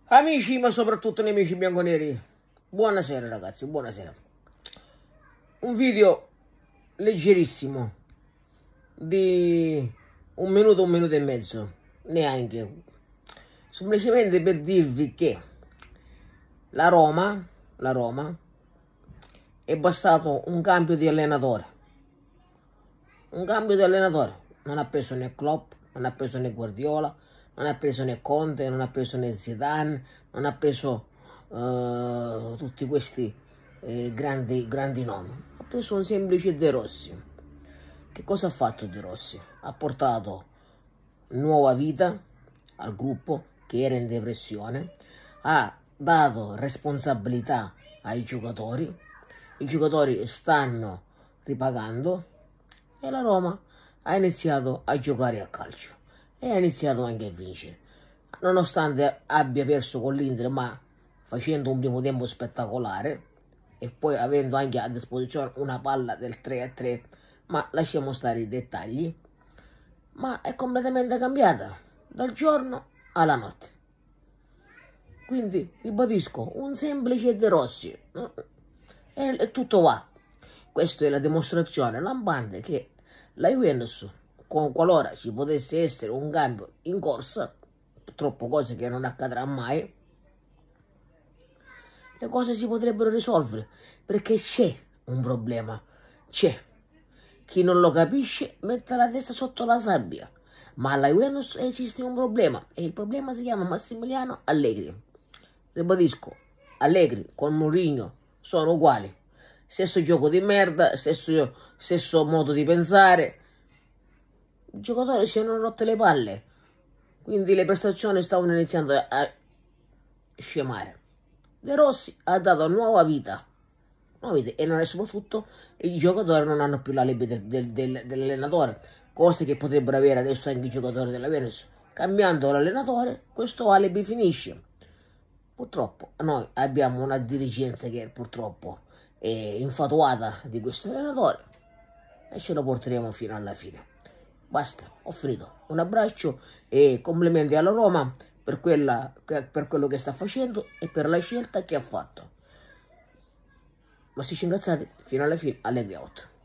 Amici, ma soprattutto nemici bianconeri, buonasera ragazzi, buonasera. Un video leggerissimo di un minuto e mezzo, neanche. Semplicemente per dirvi che la Roma è bastato un cambio di allenatore. Un cambio di allenatore. Non ha preso né Klopp, non ha preso né Guardiola, non ha preso né Conte, non ha preso né Zidane, non ha preso tutti questi grandi nomi. Ha preso un semplice De Rossi. Che cosa ha fatto De Rossi? Ha portato nuova vita al gruppo che era in depressione, ha dato responsabilità ai giocatori, i giocatori stanno ripagando e la Roma ha iniziato a giocare a calcio e ha iniziato anche a vincere, nonostante abbia perso con l'Inter, ma facendo un primo tempo spettacolare e poi avendo anche a disposizione una palla del 3-3, ma lasciamo stare i dettagli. Ma è completamente cambiata dal giorno alla notte. Quindi ribadisco, un semplice De Rossi e tutto va. Questa è la dimostrazione lampante che la Juventus, qualora ci potesse essere un cambio in corsa, purtroppo cose che non accadrà mai, le cose si potrebbero risolvere, perché c'è un problema, c'è. Chi non lo capisce mette la testa sotto la sabbia, ma alla Juventus esiste un problema e il problema si chiama Massimiliano Allegri. Ribadisco, Allegri con Mourinho sono uguali, stesso gioco di merda, stesso modo di pensare. I giocatori si hanno rotte le palle, quindi le prestazioni stavano iniziando a scemare. De Rossi ha dato nuova vita e non è soprattutto i giocatori non hanno più l'alibi dell'allenatore, cose che potrebbero avere adesso anche i giocatori della Venus. Cambiando l'allenatore, questo alibi finisce. Purtroppo noi abbiamo una dirigenza che purtroppo è infatuata di questo allenatore e ce lo porteremo fino alla fine. Basta, ho finito. Un abbraccio e complimenti alla Roma per quello che sta facendo e per la scelta che ha fatto. Ma si incazzati fino alla fine, Allegri out.